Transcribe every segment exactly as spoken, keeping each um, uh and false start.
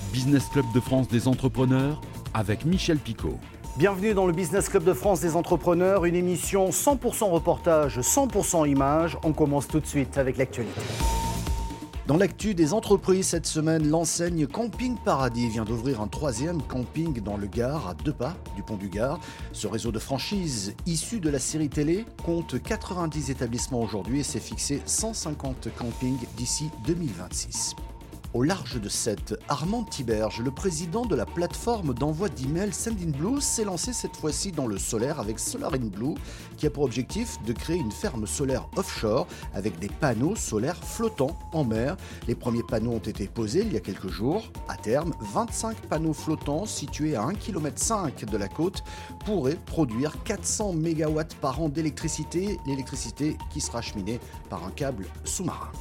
Business Club de France des entrepreneurs avec Michel Picot. Bienvenue dans le Business Club de France des entrepreneurs, une émission cent pour cent reportage, cent pour cent images. On commence tout de suite avec l'actualité. Dans l'actu des entreprises cette semaine, l'enseigne Camping Paradis vient d'ouvrir un troisième camping dans le Gard, à deux pas du pont du Gard. Ce réseau de franchise issu de la série télé compte quatre-vingt-dix établissements aujourd'hui et s'est fixé cent cinquante campings d'ici deux mille vingt-six. Au large de Sète, Armand Tiberge, le président de la plateforme d'envoi d'emails Sendinblue, s'est lancé cette fois-ci dans le solaire avec SolarInBlue, qui a pour objectif de créer une ferme solaire offshore avec des panneaux solaires flottants en mer. Les premiers panneaux ont été posés il y a quelques jours. À terme, vingt-cinq panneaux flottants situés à un virgule cinq kilomètres de la côte pourraient produire quatre cents mégawatts par an d'électricité, l'électricité qui sera acheminée par un câble sous-marin.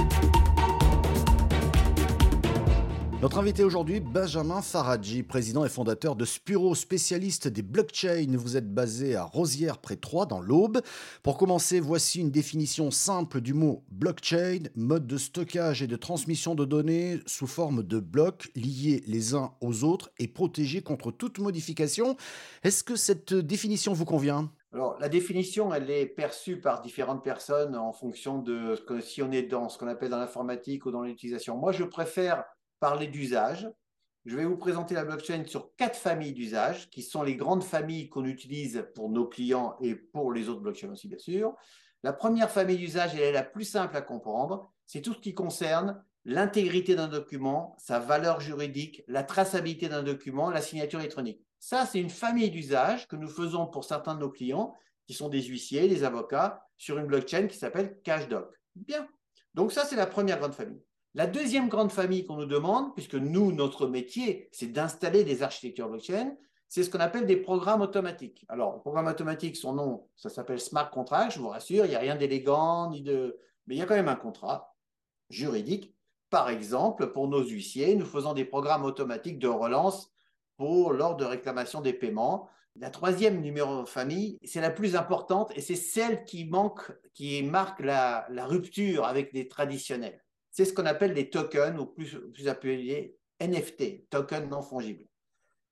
Notre invité aujourd'hui, Benjamin Faradji, président et fondateur de Spuro, spécialiste des blockchains. Vous êtes basé à Rosières près Troyes, dans l'Aube. Pour commencer, voici une définition simple du mot blockchain, mode de stockage et de transmission de données sous forme de blocs liés les uns aux autres et protégés contre toute modification. Est-ce que cette définition vous convient ? Alors, la définition, elle est perçue par différentes personnes en fonction de ce que, si on est dans ce qu'on appelle dans l'informatique ou dans l'utilisation. Moi, je préfère parler d'usage. Je vais vous présenter la blockchain sur quatre familles d'usages, qui sont les grandes familles qu'on utilise pour nos clients et pour les autres blockchains aussi, bien sûr. La première famille d'usage, elle est la plus simple à comprendre. C'est tout ce qui concerne l'intégrité d'un document, sa valeur juridique, la traçabilité d'un document, la signature électronique. Ça, c'est une famille d'usages que nous faisons pour certains de nos clients, qui sont des huissiers, des avocats, sur une blockchain qui s'appelle CashDoc. Bien. Donc ça, c'est la première grande famille. La deuxième grande famille qu'on nous demande, puisque nous, notre métier, c'est d'installer des architectures blockchain, c'est ce qu'on appelle des programmes automatiques. Alors, le programme automatique, son nom, ça s'appelle Smart Contract, je vous rassure, il n'y a rien d'élégant, ni de... mais il y a quand même un contrat juridique. Par exemple, pour nos huissiers, nous faisons des programmes automatiques de relance pour lors de réclamation des paiements. La troisième numéro de famille, c'est la plus importante et c'est celle qui manque, qui marque la, la rupture avec les traditionnels. C'est ce qu'on appelle les tokens, ou plus, plus appelés N F T, tokens non fongibles. Pourquoi ?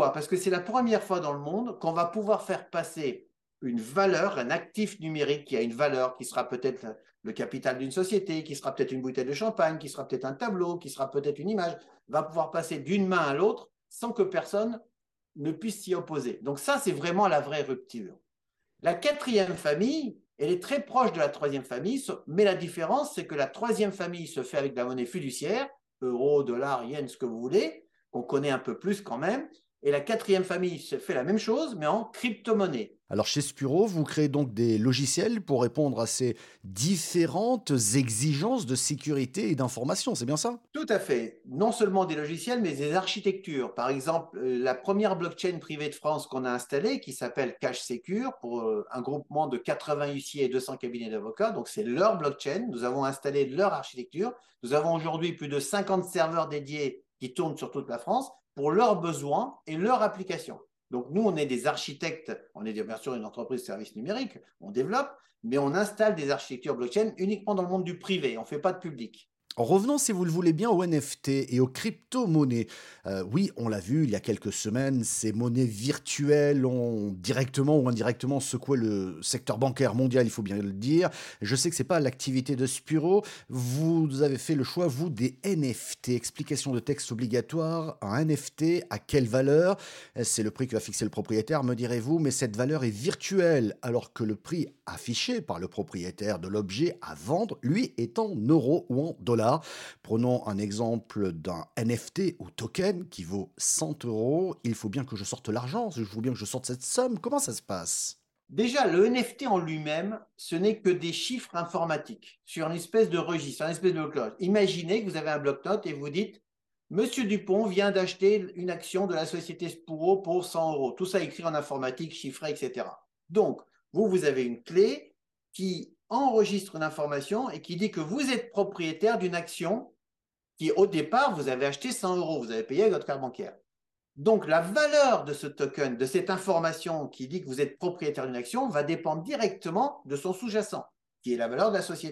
Parce que c'est la première fois dans le monde qu'on va pouvoir faire passer une valeur, un actif numérique qui a une valeur, qui sera peut-être le capital d'une société, qui sera peut-être une bouteille de champagne, qui sera peut-être un tableau, qui sera peut-être une image, va pouvoir passer d'une main à l'autre sans que personne ne puisse s'y opposer. Donc ça, c'est vraiment la vraie rupture. La quatrième famille, elle est très proche de la troisième famille, mais la différence, c'est que la troisième famille se fait avec la monnaie fiduciaire, euro, dollar, yen, ce que vous voulez, qu'on connaît un peu plus quand même, et la quatrième famille se fait la même chose, mais en crypto-monnaie. Alors chez Spuro, vous créez donc des logiciels pour répondre à ces différentes exigences de sécurité et d'information, c'est bien ça ? Tout à fait. Non seulement des logiciels, mais des architectures. Par exemple, la première blockchain privée de France qu'on a installée, qui s'appelle CashSecure, pour un groupement de quatre-vingts huissiers et deux cents cabinets d'avocats. Donc c'est leur blockchain. Nous avons installé leur architecture. Nous avons aujourd'hui plus de cinquante serveurs dédiés qui tournent sur toute la France pour leurs besoins et leurs applications. Donc, nous, on est des architectes, on est bien sûr une entreprise de services numériques, on développe, mais on installe des architectures blockchain uniquement dans le monde du privé, on ne fait pas de public. Revenons, si vous le voulez bien, aux N F T et aux crypto-monnaies. Euh, oui, on l'a vu il y a quelques semaines, ces monnaies virtuelles ont directement ou indirectement secoué le secteur bancaire mondial, il faut bien le dire. Je sais que ce n'est pas l'activité de Spuro. Vous avez fait le choix, vous, des N F T. Explication de texte obligatoire. Un N F T, à quelle valeur ? C'est le prix que va fixer le propriétaire, me direz-vous, mais cette valeur est virtuelle, alors que le prix affiché par le propriétaire de l'objet à vendre, lui, est en euros ou en dollars. Prenons un exemple d'un N F T ou token qui vaut cent euros. Il faut bien que je sorte l'argent, il faut bien que je sorte cette somme. Comment ça se passe ? Déjà, le N F T en lui-même, ce n'est que des chiffres informatiques sur une espèce de registre, sur une espèce de bloc-notes. Imaginez que vous avez un bloc-notes et vous dites « Monsieur Dupont vient d'acheter une action de la société Spuro pour cent euros ». Tout ça écrit en informatique, chiffré, et cetera. Donc, vous, vous avez une clé qui enregistre une information et qui dit que vous êtes propriétaire d'une action qui, au départ, vous avez acheté cent euros, vous avez payé avec votre carte bancaire. Donc, la valeur de ce token, de cette information qui dit que vous êtes propriétaire d'une action, va dépendre directement de son sous-jacent, qui est la valeur de la société.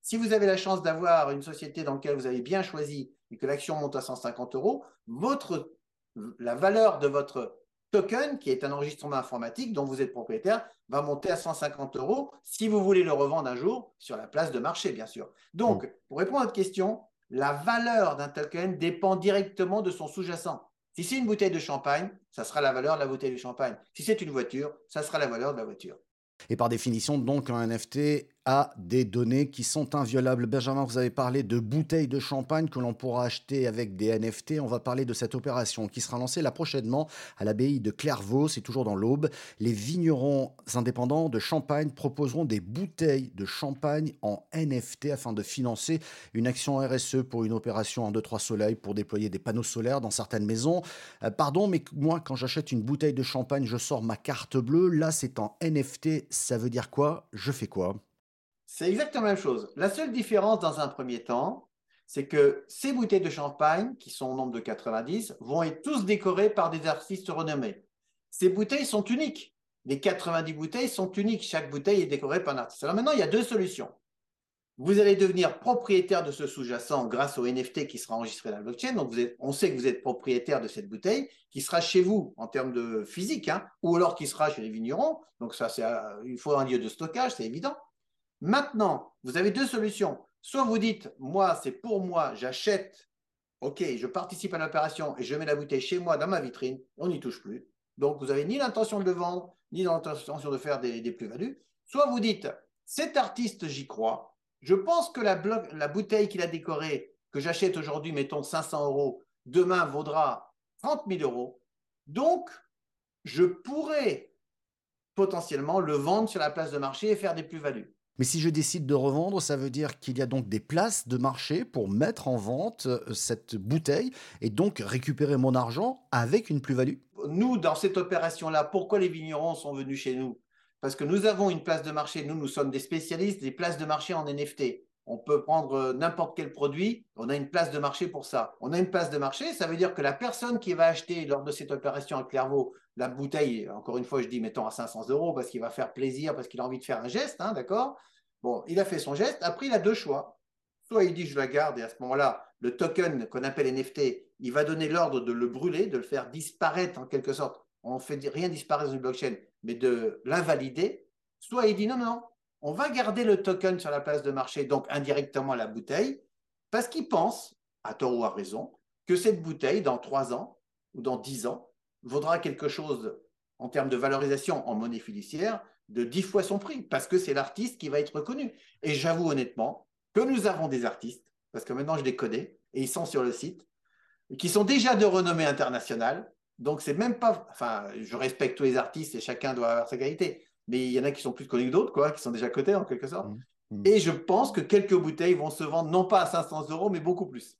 Si vous avez la chance d'avoir une société dans laquelle vous avez bien choisi et que l'action monte à cent cinquante euros, votre, la valeur de votre token, qui est un enregistrement informatique dont vous êtes propriétaire, va monter à cent cinquante euros si vous voulez le revendre un jour sur la place de marché, bien sûr. Donc, pour répondre à votre question, la valeur d'un token dépend directement de son sous-jacent. Si c'est une bouteille de champagne, ça sera la valeur de la bouteille de champagne. Si c'est une voiture, ça sera la valeur de la voiture. Et par définition, donc, un N F T a des données qui sont inviolables. Benjamin, vous avez parlé de bouteilles de champagne que l'on pourra acheter avec des N F T. On va parler de cette opération qui sera lancée là prochainement à l'abbaye de Clairvaux, c'est toujours dans l'Aube. Les vignerons indépendants de Champagne proposeront des bouteilles de champagne en N F T afin de financer une action R S E pour une opération en deux trois soleils pour déployer des panneaux solaires dans certaines maisons. Euh, pardon, mais moi, quand j'achète une bouteille de champagne, je sors ma carte bleue. Là, c'est en N F T. Ça veut dire quoi? Je fais quoi? C'est exactement la même chose. La seule différence dans un premier temps, c'est que ces bouteilles de champagne, qui sont au nombre de quatre-vingt-dix, vont être tous décorées par des artistes renommés. Ces bouteilles sont uniques. Les quatre-vingt-dix bouteilles sont uniques. Chaque bouteille est décorée par un artiste. Alors maintenant, il y a deux solutions. Vous allez devenir propriétaire de ce sous-jacent grâce au N F T qui sera enregistré dans la blockchain. Donc, vous êtes, on sait que vous êtes propriétaire de cette bouteille qui sera chez vous en termes de physique, hein, ou alors qui sera chez les vignerons. Donc, ça, c'est, il faut un lieu de stockage, c'est évident. Maintenant, vous avez deux solutions. Soit vous dites, moi, c'est pour moi, j'achète, ok, je participe à l'opération et je mets la bouteille chez moi dans ma vitrine, on n'y touche plus. Donc, vous n'avez ni l'intention de le vendre, ni l'intention de faire des, des plus-values. Soit vous dites, cet artiste, j'y crois. Je pense que la, la bouteille qu'il a décorée, que j'achète aujourd'hui, mettons cinq cents euros, demain vaudra trente mille euros. Donc, je pourrais potentiellement le vendre sur la place de marché et faire des plus-values. Mais si je décide de revendre, ça veut dire qu'il y a donc des places de marché pour mettre en vente cette bouteille et donc récupérer mon argent avec une plus-value. Nous, dans cette opération-là, pourquoi les vignerons sont venus chez nous? Parce que nous avons une place de marché. Nous, nous sommes des spécialistes des places de marché en N F T. On peut prendre n'importe quel produit, on a une place de marché pour ça. On a une place de marché, ça veut dire que la personne qui va acheter lors de cette opération à Clairvaux la bouteille, encore une fois, je dis mettons à cinq cents euros parce qu'il va faire plaisir, parce qu'il a envie de faire un geste, hein, d'accord? Bon, il a fait son geste. Après, il a deux choix. Soit il dit je la garde et à ce moment-là, le token qu'on appelle N F T, il va donner l'ordre de le brûler, de le faire disparaître en quelque sorte. On ne fait rien disparaître dans une blockchain, mais de l'invalider. Soit il dit non, non, on va garder le token sur la place de marché, donc indirectement la bouteille, parce qu'il pense, à tort ou à raison, que cette bouteille, dans trois ans ou dans dix ans, vaudra quelque chose en termes de valorisation en monnaie fiduciaire de dix fois son prix, parce que c'est l'artiste qui va être reconnu. Et j'avoue honnêtement que nous avons des artistes, parce que maintenant je les connais, et ils sont sur le site, qui sont déjà de renommée internationale. Donc c'est même pas, enfin, je respecte tous les artistes et chacun doit avoir sa qualité, mais il y en a qui sont plus connus que d'autres, quoi, qui sont déjà cotés en quelque sorte. Mmh. Mmh. Et je pense que quelques bouteilles vont se vendre non pas à cinq cents euros, mais beaucoup plus.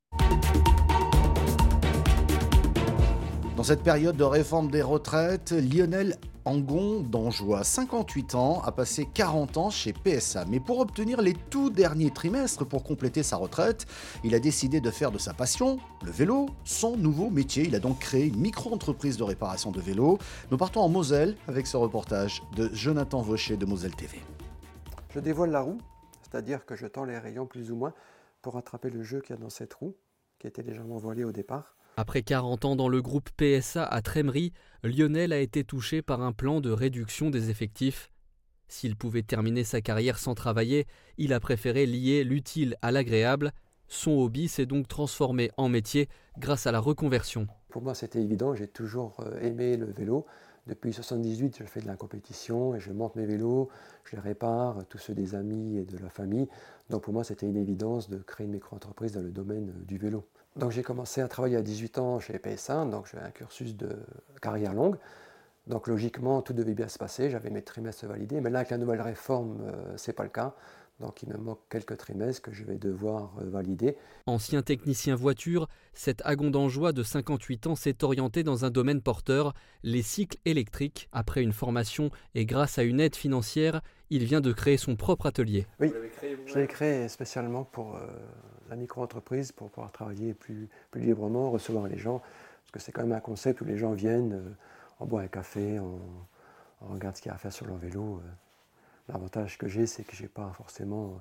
Dans cette période de réforme des retraites, Lionel Angon d'Anjois, cinquante-huit ans, a passé quarante ans chez P S A. Mais pour obtenir les tout derniers trimestres pour compléter sa retraite, il a décidé de faire de sa passion, le vélo, son nouveau métier. Il a donc créé une micro-entreprise de réparation de vélos. Nous partons en Moselle avec ce reportage de Jonathan Vaucher de Moselle T V. Je dévoile la roue, c'est-à-dire que je tends les rayons plus ou moins pour attraper le jeu qu'il y a dans cette roue, qui était légèrement voilée au départ. Après quarante ans dans le groupe P S A à Trémery, Lionel a été touché par un plan de réduction des effectifs. S'il pouvait terminer sa carrière sans travailler, il a préféré lier l'utile à l'agréable. Son hobby s'est donc transformé en métier grâce à la reconversion. Pour moi, c'était évident, j'ai toujours aimé le vélo. Depuis soixante-dix-huit, je fais de la compétition et je monte mes vélos, je les répare, tous ceux des amis et de la famille. Donc pour moi, c'était une évidence de créer une micro-entreprise dans le domaine du vélo. Donc j'ai commencé à travailler à dix-huit ans chez P S A, donc j'ai un cursus de carrière longue. Donc logiquement, tout devait bien se passer, j'avais mes trimestres validés. Mais là, avec la nouvelle réforme, euh, ce n'est pas le cas. Donc il me manque quelques trimestres que je vais devoir euh, valider. Ancien technicien voiture, cet Agondangeois de cinquante-huit ans s'est orienté dans un domaine porteur, les cycles électriques. Après une formation et grâce à une aide financière, il vient de créer son propre atelier. Oui, je l'ai créé spécialement pour euh, la micro-entreprise, pour pouvoir travailler plus, plus librement, recevoir les gens. Parce que c'est quand même un concept où les gens viennent, euh, on boit un café, on, on regarde ce qu'il y a à faire sur leur vélo. Euh. L'avantage que j'ai, c'est que je n'ai pas forcément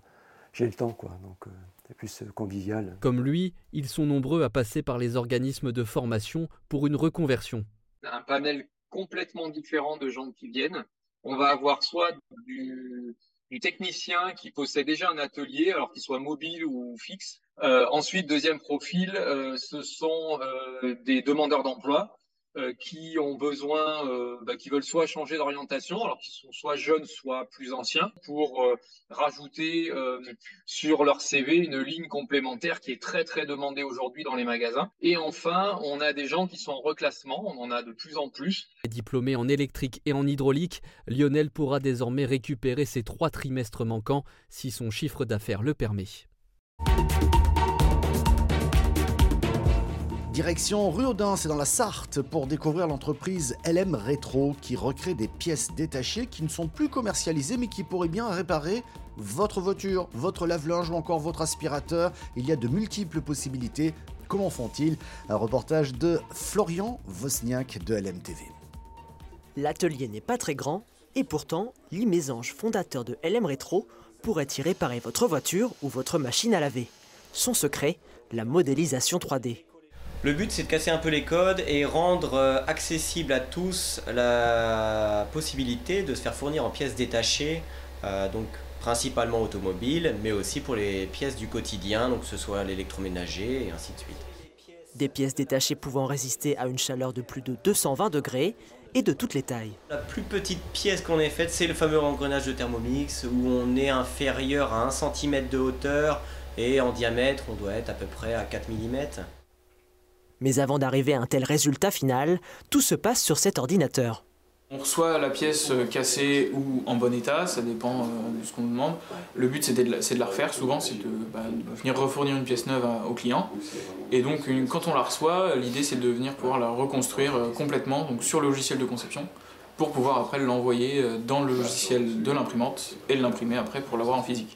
j'ai le temps, quoi. Donc euh, c'est plus convivial. Comme lui, ils sont nombreux à passer par les organismes de formation pour une reconversion. Un panel complètement différent de gens qui viennent. On va avoir soit du, du technicien qui possède déjà un atelier, alors qu'il soit mobile ou fixe. Euh, ensuite, deuxième profil, euh, ce sont euh, des demandeurs d'emploi euh, qui ont besoin, euh, bah, qui veulent soit changer d'orientation, alors qu'ils sont soit jeunes, soit plus anciens, pour euh, rajouter euh, sur leur C V une ligne complémentaire qui est très très demandée aujourd'hui dans les magasins. Et enfin, on a des gens qui sont en reclassement, on en a de plus en plus. Diplômé en électrique et en hydraulique, Lionel pourra désormais récupérer ses trois trimestres manquants si son chiffre d'affaires le permet. Direction rue Audin, c'est dans la Sarthe, pour découvrir l'entreprise L M Rétro qui recrée des pièces détachées qui ne sont plus commercialisées mais qui pourraient bien réparer votre voiture, votre lave-linge ou encore votre aspirateur. Il y a de multiples possibilités. Comment font-ils? Un reportage de Florian Wozniak de L M T V. L'atelier n'est pas très grand et pourtant, Lee Mésange, fondateur de L M Rétro, pourrait y réparer votre voiture ou votre machine à laver. Son secret, la modélisation trois D. Le but, c'est de casser un peu les codes et rendre accessible à tous la possibilité de se faire fournir en pièces détachées, euh, donc principalement automobiles, mais aussi pour les pièces du quotidien, donc que ce soit l'électroménager et ainsi de suite. Des pièces détachées pouvant résister à une chaleur de plus de deux cent vingt degrés et de toutes les tailles. La plus petite pièce qu'on ait faite, c'est le fameux engrenage de Thermomix, où on est inférieur à un centimètre de hauteur et en diamètre, on doit être à peu près à quatre millimètres. Mais avant d'arriver à un tel résultat final, tout se passe sur cet ordinateur. On reçoit la pièce cassée ou en bon état, ça dépend de ce qu'on nous demande. Le but, c'est de, de la refaire souvent, c'est de, bah, de venir refournir une pièce neuve à, au client. Et donc, une, quand on la reçoit, l'idée, c'est de venir pouvoir la reconstruire complètement, donc sur le logiciel de conception, pour pouvoir après l'envoyer dans le logiciel de l'imprimante et l'imprimer après pour l'avoir en physique.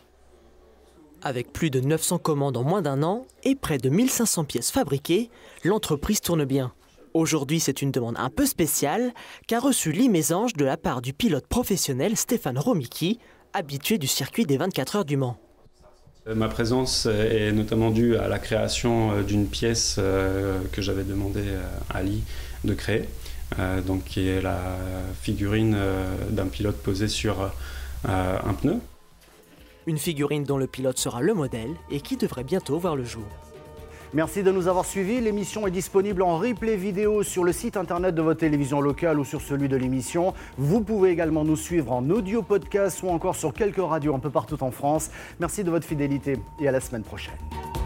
Avec plus de neuf cents commandes en moins d'un an et près de mille cinq cents pièces fabriquées, l'entreprise tourne bien. Aujourd'hui, c'est une demande un peu spéciale qu'a reçu Lee Mésange de la part du pilote professionnel Stéphane Romicki, habitué du circuit des vingt-quatre heures du Mans. Ma présence est notamment due à la création d'une pièce que j'avais demandé à Lee de créer, donc qui est la figurine d'un pilote posé sur un pneu. Une figurine dont le pilote sera le modèle et qui devrait bientôt voir le jour. Merci de nous avoir suivis. L'émission est disponible en replay vidéo sur le site internet de votre télévision locale ou sur celui de l'émission. Vous pouvez également nous suivre en audio podcast ou encore sur quelques radios un peu partout en France. Merci de votre fidélité et à la semaine prochaine.